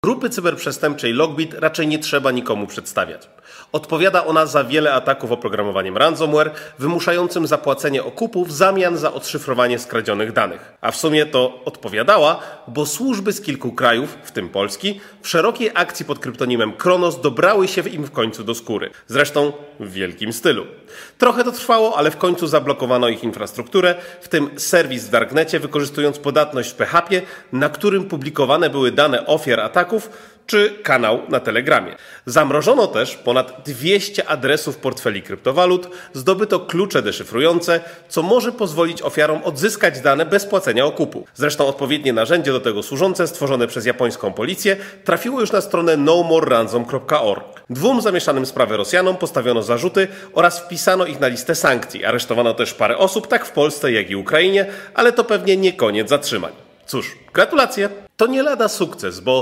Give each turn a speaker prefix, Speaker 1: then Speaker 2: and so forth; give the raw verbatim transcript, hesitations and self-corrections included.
Speaker 1: Grupy cyberprzestępczej Lockbit raczej nie trzeba nikomu przedstawiać. Odpowiada ona za wiele ataków oprogramowaniem ransomware, wymuszającym zapłacenie okupu w zamian za odszyfrowanie skradzionych danych. A w sumie to odpowiadała, bo służby z kilku krajów, w tym Polski, w szerokiej akcji pod kryptonimem Kronos dobrały się im w końcu do skóry. Zresztą w wielkim stylu. Trochę to trwało, ale w końcu zablokowano ich infrastrukturę, w tym serwis w Darknecie, wykorzystując podatność w P H P, na którym publikowane były dane ofiar ataków, czy kanał na Telegramie. Zamrożono też ponad dwieście adresów portfeli kryptowalut, zdobyto klucze deszyfrujące, co może pozwolić ofiarom odzyskać dane bez płacenia okupu. Zresztą odpowiednie narzędzie do tego służące, stworzone przez japońską policję, trafiło już na stronę no more ransom kropka org. Dwóm zamieszanym sprawę Rosjanom postawiono zarzuty oraz wpisano ich na listę sankcji. Aresztowano też parę osób, tak w Polsce, jak i Ukrainie, ale to pewnie nie koniec zatrzymań. Cóż, gratulacje! To nie lada sukces, bo